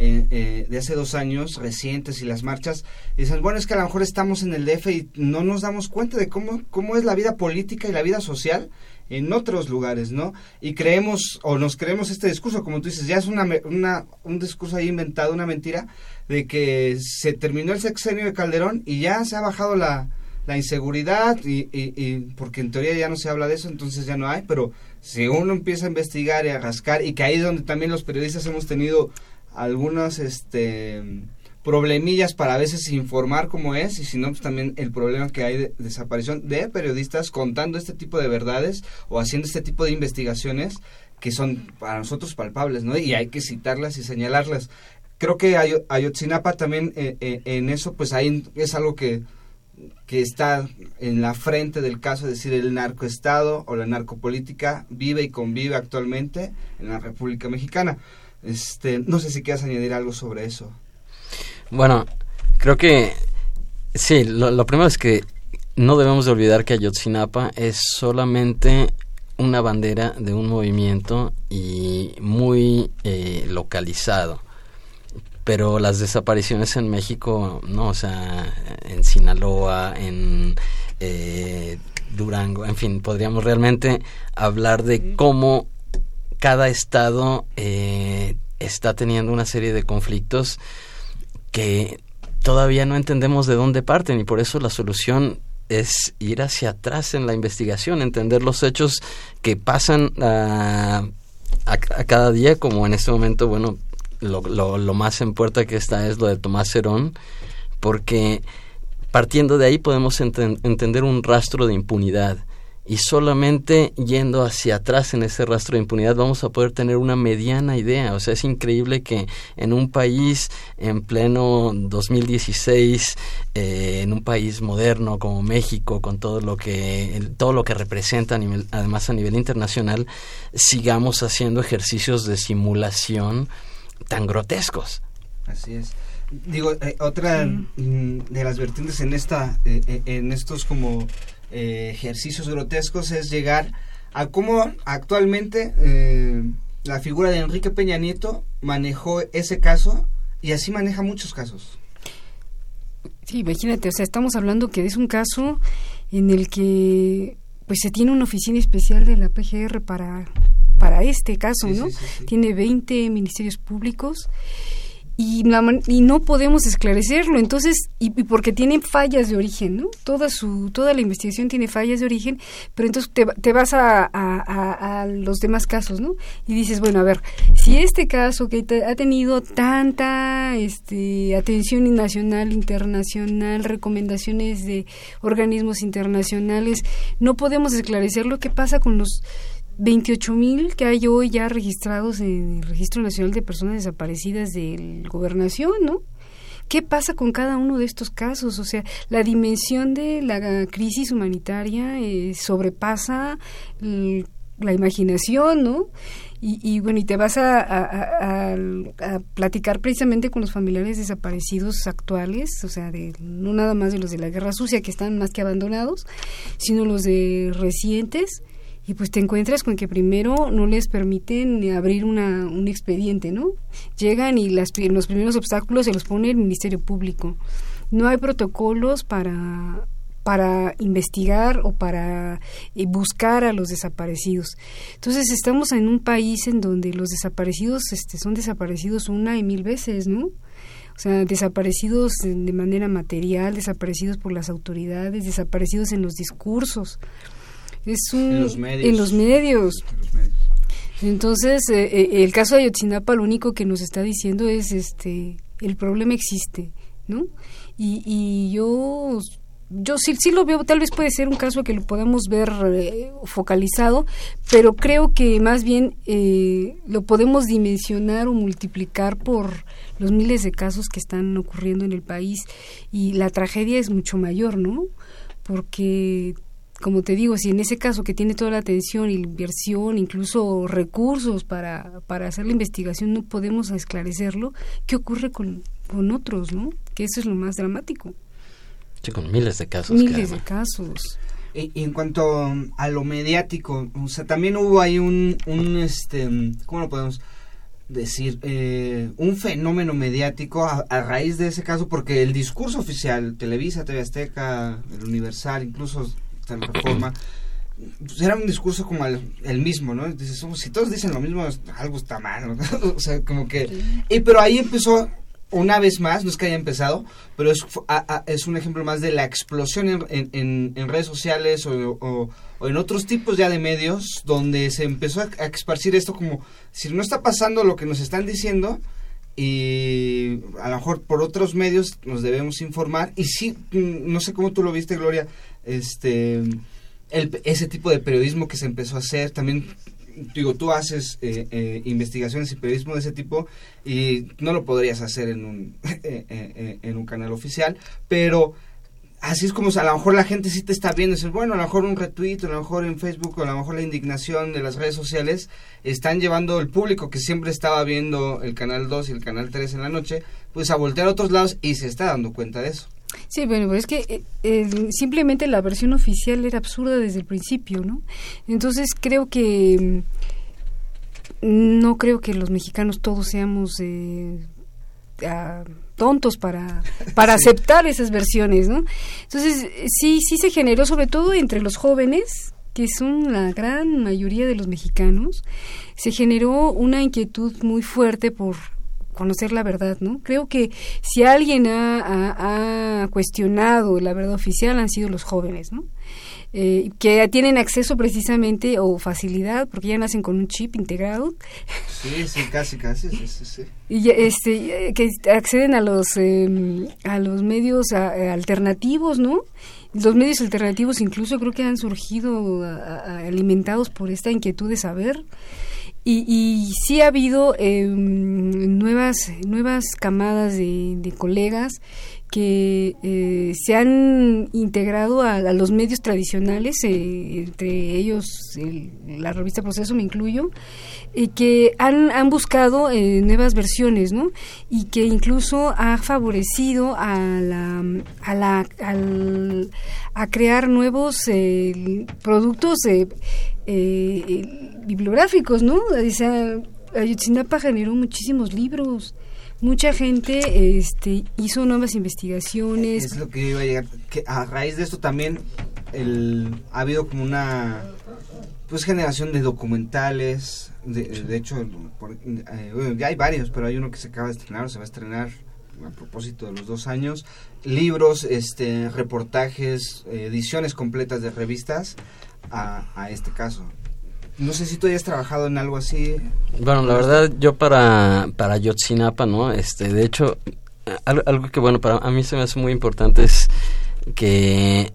de hace 2 años recientes y las marchas, y dicen, bueno, es que a lo mejor estamos en el DF y no nos damos cuenta de cómo es la vida política y la vida social en otros lugares, ¿no? Y nos creemos este discurso, como tú dices, ya es un discurso ahí inventado, una mentira, de que se terminó el sexenio de Calderón y ya se ha bajado la inseguridad y porque en teoría ya no se habla de eso, entonces ya no hay, pero si uno empieza a investigar y a rascar, y que ahí es donde también los periodistas hemos tenido algunos problemillas para a veces informar cómo es, y si no, pues también el problema que hay de desaparición de periodistas contando este tipo de verdades o haciendo este tipo de investigaciones que son para nosotros palpables, ¿no? Y hay que citarlas y señalarlas. Creo que Ayotzinapa también en eso, pues ahí es algo que está en la frente del caso, es decir, el narcoestado o la narcopolítica vive y convive actualmente en la República Mexicana. No sé si quieres añadir algo sobre eso. Bueno, creo que sí, lo primero es que no debemos de olvidar que Ayotzinapa es solamente una bandera de un movimiento y muy localizado. Pero las desapariciones en México, no, o sea, en Sinaloa, en Durango, en fin, podríamos realmente hablar de cómo cada estado está teniendo una serie de conflictos que todavía no entendemos de dónde parten, y por eso la solución es ir hacia atrás en la investigación, entender los hechos que pasan a cada día, como en este momento, bueno, lo más en puerta que está es lo de Tomás Herón, porque partiendo de ahí podemos entender un rastro de impunidad, y solamente yendo hacia atrás en ese rastro de impunidad vamos a poder tener una mediana idea. O sea, es increíble que en un país en pleno 2016, en un país moderno como México, con todo lo que representa además a nivel internacional, sigamos haciendo ejercicios de simulación tan grotescos. Así es. Digo, otra de las vertientes en estos como ejercicios grotescos es llegar a cómo actualmente la figura de Enrique Peña Nieto manejó ese caso, y así maneja muchos casos. Sí, imagínate, o sea, estamos hablando que es un caso en el que pues se tiene una oficina especial de la PGR para este caso, sí, ¿no? Sí. Tiene 20 ministerios públicos y no podemos esclarecerlo, entonces, y porque tienen fallas de origen, ¿no? Toda la investigación tiene fallas de origen, pero entonces te vas a los demás casos, ¿no? Y dices, bueno, a ver, si este caso que ha tenido tanta atención nacional, internacional, recomendaciones de organismos internacionales, no podemos esclarecerlo, ¿qué pasa con los 28,000 que hay hoy ya registrados en el Registro Nacional de Personas Desaparecidas de Gobernación, ¿no? ¿Qué pasa con cada uno de estos casos? O sea, la dimensión de la crisis humanitaria sobrepasa la imaginación, ¿no? Y bueno, y te vas a platicar precisamente con los familiares desaparecidos actuales, o sea, no nada más de los de la Guerra Sucia, que están más que abandonados, sino los de recientes, y pues te encuentras con que primero no les permiten abrir un expediente, ¿no? Llegan y los primeros obstáculos se los pone el Ministerio Público. No hay protocolos para investigar o para buscar a los desaparecidos. Entonces estamos en un país en donde los desaparecidos son desaparecidos 1 y 1000 veces, ¿no? O sea, desaparecidos de manera material, desaparecidos por las autoridades, desaparecidos en los discursos. En los medios. Entonces, el caso de Ayotzinapa lo único que nos está diciendo es el problema existe, ¿no? Y yo sí lo veo, tal vez puede ser un caso que lo podamos ver focalizado, pero creo que más bien lo podemos dimensionar o multiplicar por los miles de casos que están ocurriendo en el país, y la tragedia es mucho mayor, ¿no? Porque, como te digo, si en ese caso que tiene toda la atención y la inversión, incluso recursos para hacer la investigación, no podemos esclarecerlo, ¿qué ocurre con otros, no? Que eso es lo más dramático. Sí, con miles de casos. Miles de casos. Y en cuanto a lo mediático, o sea, también hubo ahí ¿cómo lo podemos decir? Un fenómeno mediático a raíz de ese caso, porque el discurso oficial, Televisa, TV Azteca, el Universal, incluso hasta la Reforma, pues era un discurso como el mismo, ¿no? Dices, si todos dicen lo mismo, algo está mal, ¿no? O sea, como que... pero ahí empezó... Una vez más, no es que haya empezado, pero es un ejemplo más de la explosión en redes sociales o en otros tipos ya de medios, donde se empezó a esparcir esto como, si no está pasando lo que nos están diciendo, y a lo mejor por otros medios nos debemos informar. Y sí, no sé cómo tú lo viste, Gloria, ese tipo de periodismo que se empezó a hacer también. Digo, tú haces investigaciones y periodismo de ese tipo y no lo podrías hacer en un canal oficial, pero así es como a lo mejor la gente sí te está viendo y dices, bueno, a lo mejor un retweet, a lo mejor en Facebook, o a lo mejor la indignación de las redes sociales están llevando el público que siempre estaba viendo el Canal 2 y el Canal 3 en la noche, pues a voltear a otros lados, y se está dando cuenta de eso. Sí, bueno, pero es que simplemente la versión oficial era absurda desde el principio, ¿no? Entonces no creo que los mexicanos todos seamos tontos para aceptar esas versiones, ¿no? Entonces sí se generó, sobre todo entre los jóvenes, que son la gran mayoría de los mexicanos, se generó una inquietud muy fuerte por conocer la verdad, ¿no? Creo que si alguien ha cuestionado la verdad oficial han sido los jóvenes, ¿no? Que tienen acceso precisamente o facilidad porque ya nacen con un chip integrado. Sí, casi, sí. Y que acceden a los medios alternativos, ¿no? Los medios alternativos incluso creo que han surgido alimentados por esta inquietud de saber. Y sí ha habido nuevas camadas de colegas que se han integrado a los medios tradicionales, entre ellos la revista Proceso, me incluyo, que han buscado nuevas versiones, ¿no? Y que incluso ha favorecido a crear nuevos productos bibliográficos, ¿no? O sea, Ayotzinapa generó muchísimos libros, mucha gente hizo nuevas investigaciones. Es lo que iba a llegar, que a raíz de esto también ha habido como una generación de documentales, de hecho ya hay varios, pero hay uno que se acaba de estrenar, o se va a estrenar a propósito de los 2 años, libros, reportajes, ediciones completas de revistas a este caso. No sé si tú hayas trabajado en algo así. Bueno, la verdad, yo para Ayotzinapa, ¿no? De hecho, algo que, bueno, para a mí se me hace muy importante es que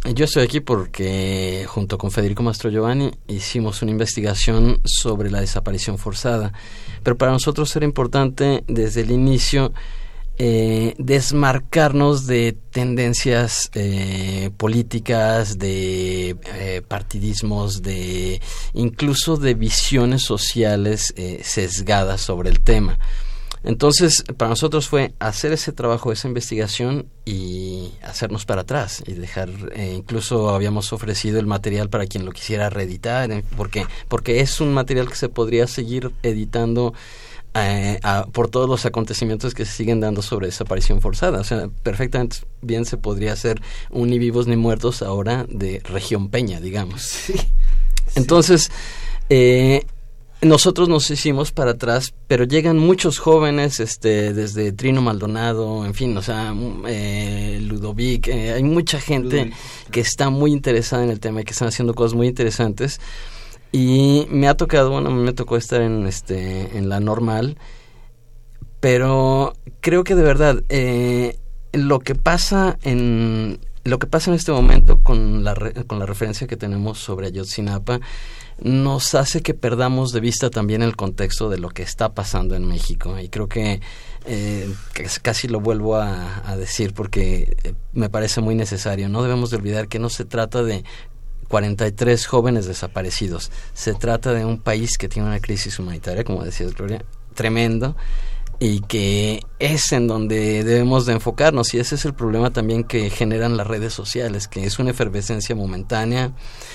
Yo estoy aquí porque junto con Federico Mastrogiovanni hicimos una investigación sobre la desaparición forzada, pero para nosotros era importante desde el inicio desmarcarnos de tendencias políticas, de partidismos, de incluso de visiones sociales sesgadas sobre el tema. Entonces, para nosotros fue hacer ese trabajo, esa investigación y hacernos para atrás y dejar, incluso habíamos ofrecido el material para quien lo quisiera reeditar, porque es un material que se podría seguir editando por todos los acontecimientos que se siguen dando sobre desaparición forzada. O sea, perfectamente bien se podría hacer un Ni vivos ni muertos ahora de Región Peña, digamos. Sí. Entonces, nosotros nos hicimos para atrás, pero llegan muchos jóvenes, desde Trino Maldonado, en fin, o sea, Ludovic, hay mucha gente que está muy interesada en el tema y que están haciendo cosas muy interesantes. Y me ha tocado, a mí me tocó estar en la Normal, pero creo que de verdad lo que pasa en este momento con la referencia que tenemos sobre Ayotzinapa nos hace que perdamos de vista también el contexto de lo que está pasando en México, y creo que casi lo vuelvo a decir porque me parece muy necesario. No debemos de olvidar que no se trata de 43 jóvenes desaparecidos, se trata de un país que tiene una crisis humanitaria, como decías, Gloria, tremendo, y que es en donde debemos de enfocarnos, y ese es el problema también que generan las redes sociales, que es una efervescencia momentánea,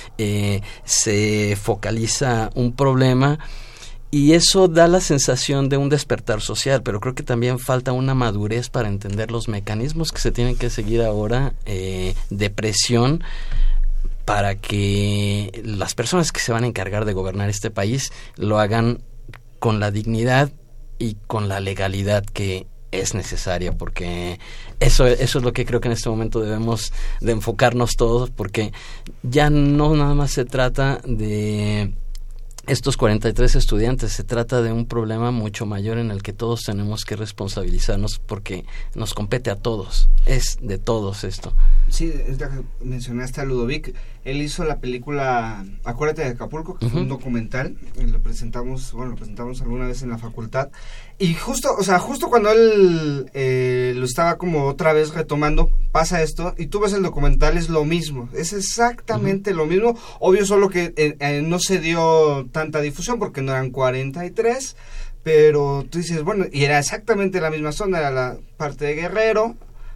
se focaliza un problema y eso da la sensación de un despertar social, pero creo que también falta una madurez para entender los mecanismos que se tienen que seguir ahora de presión, para que las personas que se van a encargar de gobernar este país lo hagan con la dignidad y con la legalidad que es necesaria, porque eso es lo que creo que en este momento debemos de enfocarnos todos, porque ya no nada más se trata de estos 43 estudiantes, se trata de un problema mucho mayor en el que todos tenemos que responsabilizarnos porque nos compete a todos, es de todos esto. Sí, mencionaste a Ludovic, él hizo la película Acuérdate de Acapulco, que fue un documental, lo presentamos alguna vez en la facultad, y justo cuando él lo estaba como otra vez retomando, pasa esto, y tú ves el documental, es lo mismo, es exactamente lo mismo, obvio solo que no se dio tanta difusión porque no eran 43, pero tú dices, bueno, y era exactamente la misma zona, era la parte de Guerrero,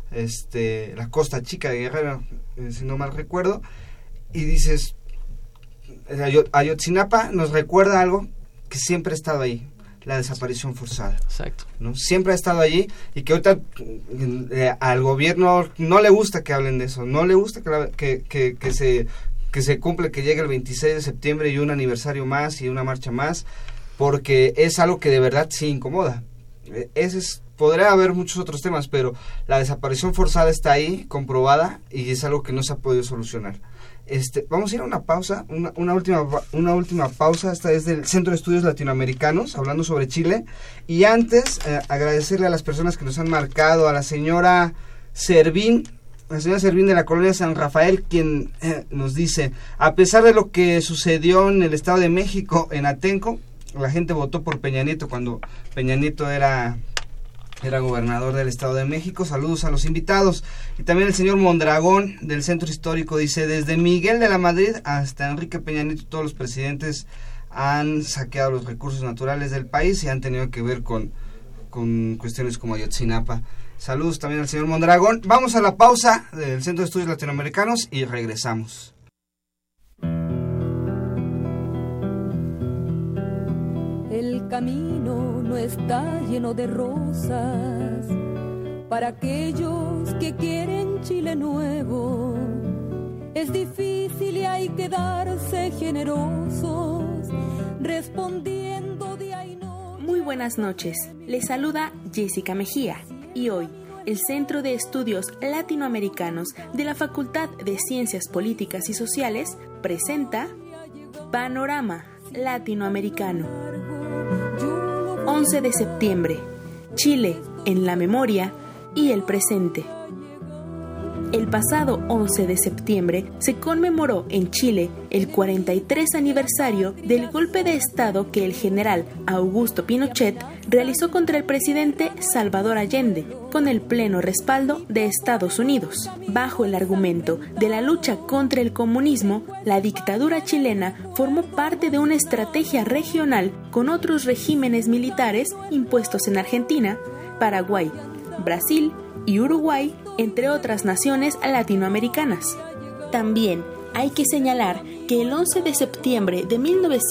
la costa chica de Guerrero, si no mal recuerdo, y dices, Ayotzinapa nos recuerda algo que siempre ha estado ahí, la desaparición forzada. Exacto. ¿No? Siempre ha estado allí, y que ahorita al gobierno no le gusta que hablen de eso, no le gusta que se cumple, que llegue el 26 de septiembre y un aniversario más y una marcha más, porque es algo que de verdad sí incomoda. Podría haber muchos otros temas, pero la desaparición forzada está ahí, comprobada, y es algo que no se ha podido solucionar. Vamos a ir a una pausa, una última pausa. Esta es del Centro de Estudios Latinoamericanos, hablando sobre Chile. Y antes, agradecerle a las personas que nos han marcado, a la señora Servín de la colonia San Rafael, quien nos dice, a pesar de lo que sucedió en el Estado de México, en Atenco, la gente votó por Peña Nieto cuando Peña Nieto era gobernador del Estado de México. Saludos a los invitados. Y también el señor Mondragón del Centro Histórico dice, desde Miguel de la Madrid hasta Enrique Peña Nieto, todos los presidentes han saqueado los recursos naturales del país y han tenido que ver con cuestiones como Ayotzinapa. Saludos también al señor Mondragón. Vamos a la pausa del Centro de Estudios Latinoamericanos y regresamos. El camino no está lleno de rosas para aquellos que quieren Chile nuevo. Es difícil y hay que darse generosos, respondiendo de ahí no. Muy buenas noches, les saluda Jessica Mejía y hoy el Centro de Estudios Latinoamericanos de la Facultad de Ciencias Políticas y Sociales presenta Panorama Latinoamericano. 11 de septiembre, Chile en la memoria y el presente. El pasado 11 de septiembre se conmemoró en Chile el 43 aniversario del golpe de Estado que el general Augusto Pinochet realizó contra el presidente Salvador Allende, con el pleno respaldo de Estados Unidos. Bajo el argumento de la lucha contra el comunismo, la dictadura chilena formó parte de una estrategia regional con otros regímenes militares impuestos en Argentina, Paraguay, Brasil y Uruguay, entre otras naciones latinoamericanas. También hay que señalar que el 11 de septiembre de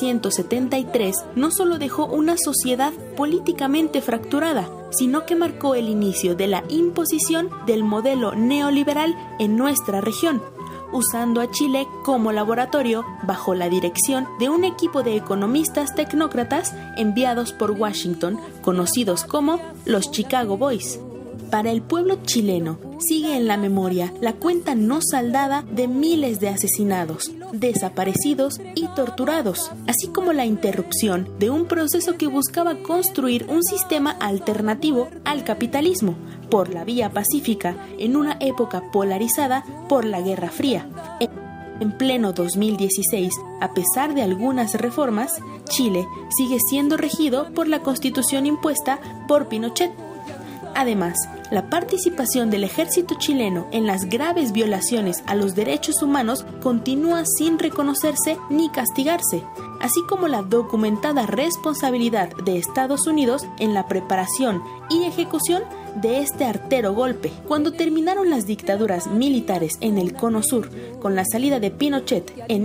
1973 no solo dejó una sociedad políticamente fracturada, sino que marcó el inicio de la imposición del modelo neoliberal en nuestra región, usando a Chile como laboratorio bajo la dirección de un equipo de economistas tecnócratas enviados por Washington, conocidos como los Chicago Boys. Para el pueblo chileno, sigue en la memoria la cuenta no saldada de miles de asesinados, desaparecidos y torturados, así como la interrupción de un proceso que buscaba construir un sistema alternativo al capitalismo, por la vía pacífica, en una época polarizada por la Guerra Fría. En pleno 2016, a pesar de algunas reformas, Chile sigue siendo regido por la Constitución impuesta por Pinochet. Además, la participación del ejército chileno en las graves violaciones a los derechos humanos continúa sin reconocerse ni castigarse, así como la documentada responsabilidad de Estados Unidos en la preparación y ejecución de este artero golpe. Cuando terminaron las dictaduras militares en el Cono Sur, con la salida de Pinochet en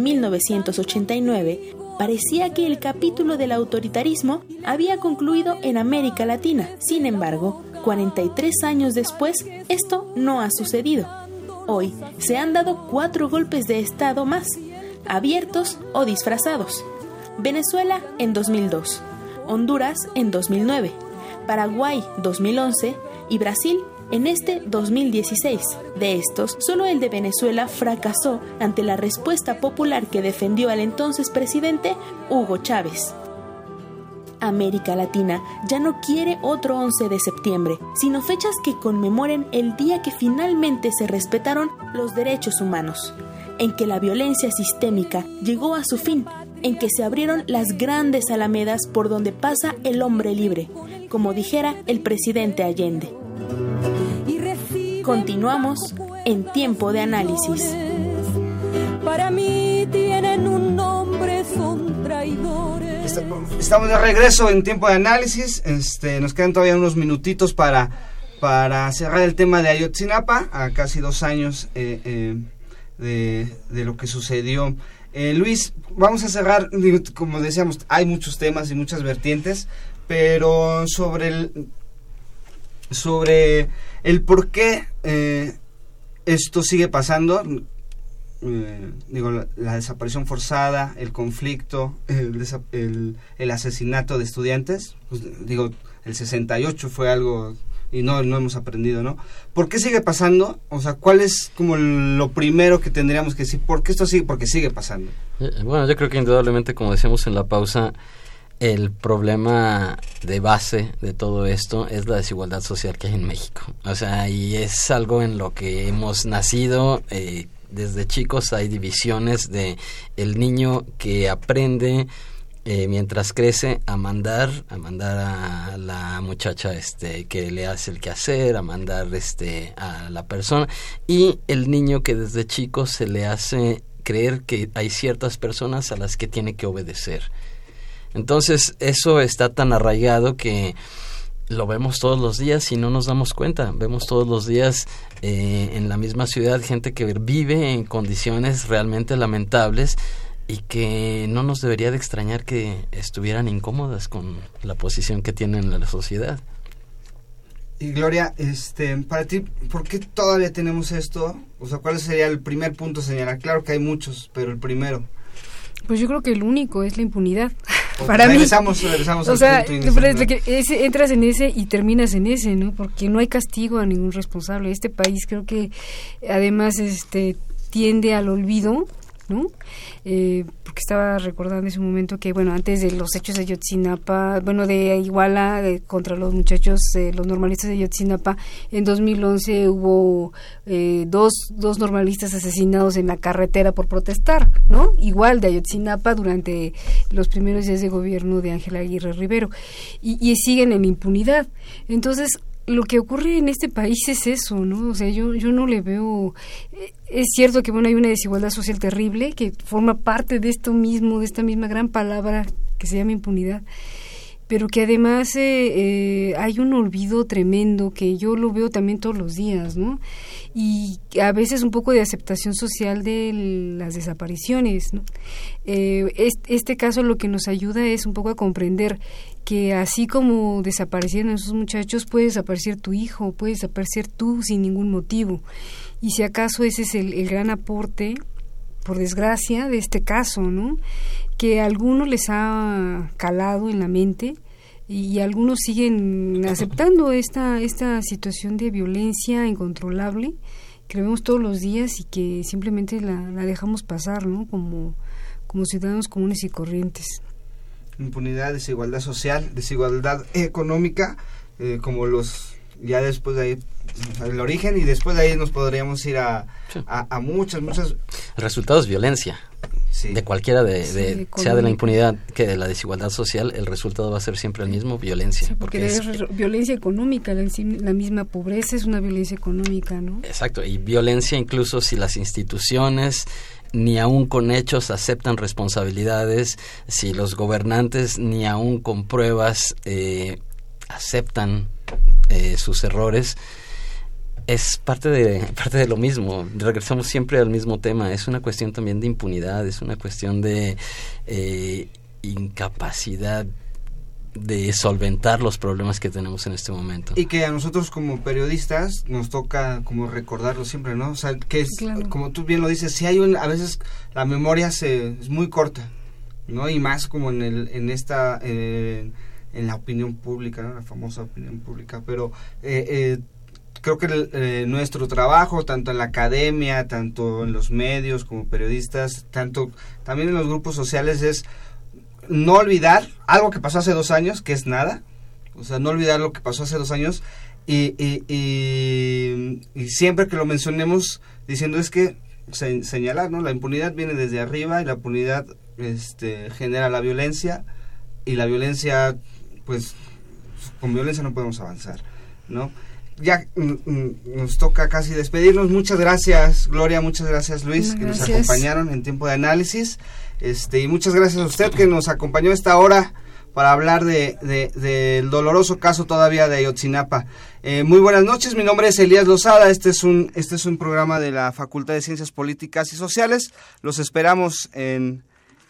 1989, parecía que el capítulo del autoritarismo había concluido en América Latina. Sin embargo, 43 años después, esto no ha sucedido. Hoy se han dado 4 golpes de Estado más, abiertos o disfrazados. Venezuela en 2002, Honduras en 2009, Paraguay 2011 y Brasil en este 2016. De estos, solo el de Venezuela fracasó ante la respuesta popular que defendió al entonces presidente Hugo Chávez. América Latina ya no quiere otro 11 de septiembre, sino fechas que conmemoren el día que finalmente se respetaron los derechos humanos, en que la violencia sistémica llegó a su fin, en que se abrieron las grandes alamedas por donde pasa el hombre libre, como dijera el presidente Allende. Continuamos en Tiempo de Análisis. Para mí tienen un nombre, son traidores. Estamos de regreso en Tiempo de Análisis. Nos quedan todavía unos minutitos para cerrar el tema de Ayotzinapa, a casi 2 años de lo que sucedió. Luis, vamos a cerrar, como decíamos, hay muchos temas y muchas vertientes, pero sobre el por qué esto sigue pasando, la desaparición forzada, el conflicto, el asesinato de estudiantes, pues, el 68 fue algo y no hemos aprendido, ¿no? ¿Por qué sigue pasando? O sea, ¿cuál es como lo primero que tendríamos que decir? ¿Por qué esto sigue? Porque sigue pasando. Bueno, yo creo que indudablemente, como decíamos en la pausa, el problema de base de todo esto es la desigualdad social que hay en México. O sea, y es algo en lo que hemos nacido. Desde chicos hay divisiones de el niño que aprende mientras crece a mandar a la muchacha que le hace el quehacer, a mandar a la persona, y el niño que desde chico se le hace creer que hay ciertas personas a las que tiene que obedecer. Entonces eso está tan arraigado que lo vemos todos los días y no nos damos cuenta. Vemos todos los días en la misma ciudad gente que vive en condiciones realmente lamentables y que no nos debería de extrañar que estuvieran incómodas con la posición que tienen en la sociedad. Y Gloria, para ti, ¿por qué todavía tenemos esto? O sea, ¿cuál sería el primer punto a señalar? Claro que hay muchos, pero el primero. Pues yo creo que el único es la impunidad. Para regresamos o sea, entras en ese y terminas en ese, ¿no? Porque no hay castigo a ningún responsable. Este país creo que además tiende al olvido ¿no? Porque estaba recordando en ese momento que, bueno, antes de los hechos de Ayotzinapa, bueno, de Iguala, contra los muchachos, los normalistas de Ayotzinapa, en 2011 hubo dos normalistas asesinados en la carretera por protestar, ¿no? Igual de Ayotzinapa durante los primeros días de gobierno de Ángel Aguirre Rivero, y siguen en impunidad. Entonces, lo que ocurre en este país es eso, ¿no? O sea, yo no le veo... Es cierto que, bueno, hay una desigualdad social terrible que forma parte de esto mismo, de esta misma gran palabra que se llama impunidad, pero que además hay un olvido tremendo que yo lo veo también todos los días, ¿no? Y a veces un poco de aceptación social de las desapariciones, ¿no? Este caso lo que nos ayuda es un poco a comprender que así como desaparecieron esos muchachos, puede desaparecer tu hijo, puede desaparecer tú sin ningún motivo. Y si acaso ese es el gran aporte, por desgracia, de este caso, ¿no? Que a algunos les ha calado en la mente y algunos siguen aceptando esta situación de violencia incontrolable que lo vemos todos los días y que simplemente la dejamos pasar, ¿no? Como ciudadanos comunes y corrientes. Impunidad, desigualdad social, desigualdad económica, como ya después de ahí el origen, y después de ahí nos podríamos ir a muchas resultados violencia. Sí. De cualquiera sea de la impunidad que de la desigualdad social, el resultado va a ser siempre el mismo, violencia. Sí, porque es violencia económica, la misma pobreza es una violencia económica, ¿no? Exacto, y violencia incluso si las instituciones ni aún con hechos aceptan responsabilidades, si los gobernantes ni aún con pruebas aceptan sus errores. Es parte de lo mismo, regresamos siempre al mismo tema, es una cuestión también de impunidad, es una cuestión de incapacidad de solventar los problemas que tenemos en este momento. Y que a nosotros como periodistas nos toca como recordarlo siempre, ¿no? O sea, que es, claro, como tú bien lo dices, si hay a veces la memoria es muy corta, ¿no? Y más como en la opinión pública, ¿no? La famosa opinión pública, pero creo que nuestro trabajo, tanto en la academia, tanto en los medios como periodistas, tanto también en los grupos sociales, es no olvidar algo que pasó hace 2 años, que es nada, o sea, no olvidar lo que pasó hace 2 años y siempre que lo mencionemos diciendo es que señalar, ¿no? La impunidad viene desde arriba y la impunidad genera la violencia, y la violencia, pues, con violencia no podemos avanzar, ¿no? Ya nos toca casi despedirnos. Muchas gracias, Gloria, muchas gracias, Luis, que nos acompañaron en Tiempo de Análisis, y muchas gracias a usted que nos acompañó a esta hora para hablar del doloroso caso todavía de Ayotzinapa. Muy buenas noches, mi nombre es Elías Lozada, este es un programa de la Facultad de Ciencias Políticas y Sociales. Los esperamos en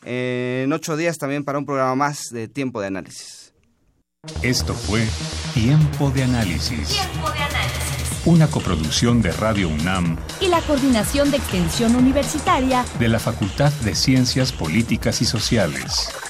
8 días también para un programa más de Tiempo de Análisis. Esto fue Tiempo de Análisis. Una coproducción de Radio UNAM y la Coordinación de Extensión Universitaria de la Facultad de Ciencias Políticas y Sociales.